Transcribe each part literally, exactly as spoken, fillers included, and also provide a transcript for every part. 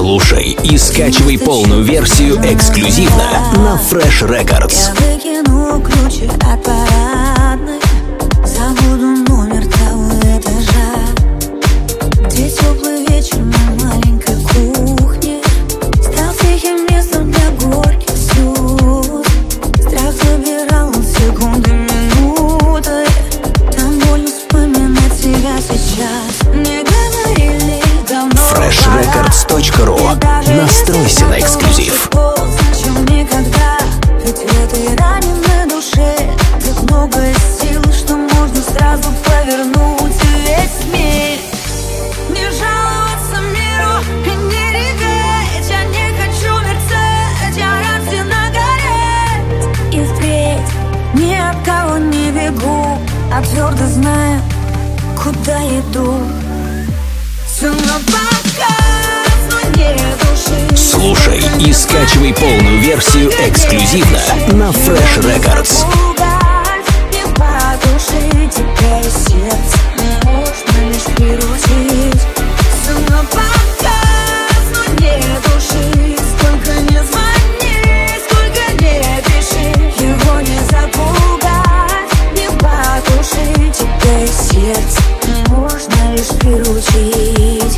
Слушай и скачивай полную версию эксклюзивно на Fresh Records. Я выкину ключи от парадной, забуду номер того этажа, где теплый вечер на маленькой кухне стал тихим местом для горьких слез. Страх забирал секунды, минуты, там больно вспоминать себя сейчас. Мне говорили давно, фреш рекордс точка ру. Настройся на эксклюзив. Зачем никогда? Ведь в этой раненой душе так много сил, что можно сразу повернуть весь мир. Не жаловаться миру и не реветь. Я не хочу мерцать, я рад нагореть. И впредь ни от кого не бегу, а твердо знаю, куда иду. Все на показ, но не души. Слушай и скачивай полную версию эксклюзивно на Fresh Records. Не потушить тебя и сердце можно лишь приручить. Все на показ, но не души. Сколько не звони, сколько не пиши, его не запугать. Не потушить тебя и сердце можно лишь приручить.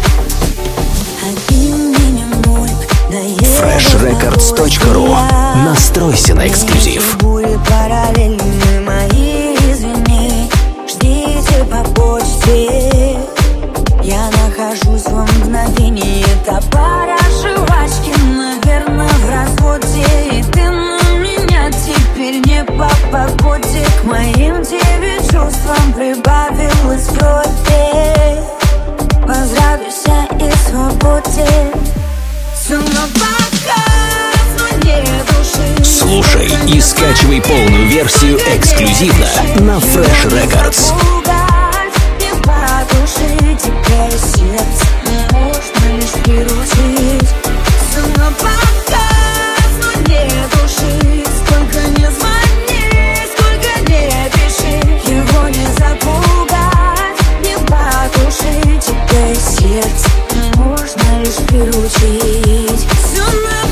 фреш рекордс точка ру. Настройся на эксклюзив. Бури параллельны мои, извини, ждите по почте. Я нахожусь во мгновении топора жвачки, наверное, в разводе. И ты на меня теперь не по погоде. К моим тебе чувствам прибавилась крови. Возрадуйся и свободе. Все на показ, но не души. Слушай и скачивай полную версию эксклюзивно на Fresh Records. Не потушить тебя и сердце можно лишь приручить. Все на показ, но не души. Сколько не звони, сколько не пиши, его не запугать. Не потушить тебя и сердце можно лишь приручить. Все на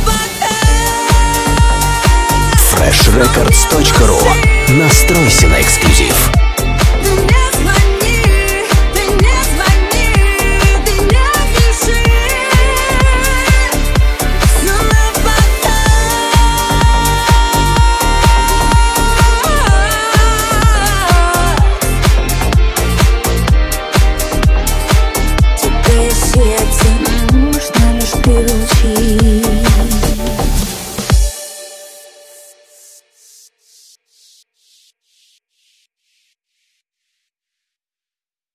показ. фреш рекордс точка ру. Настройся на эксклюзив.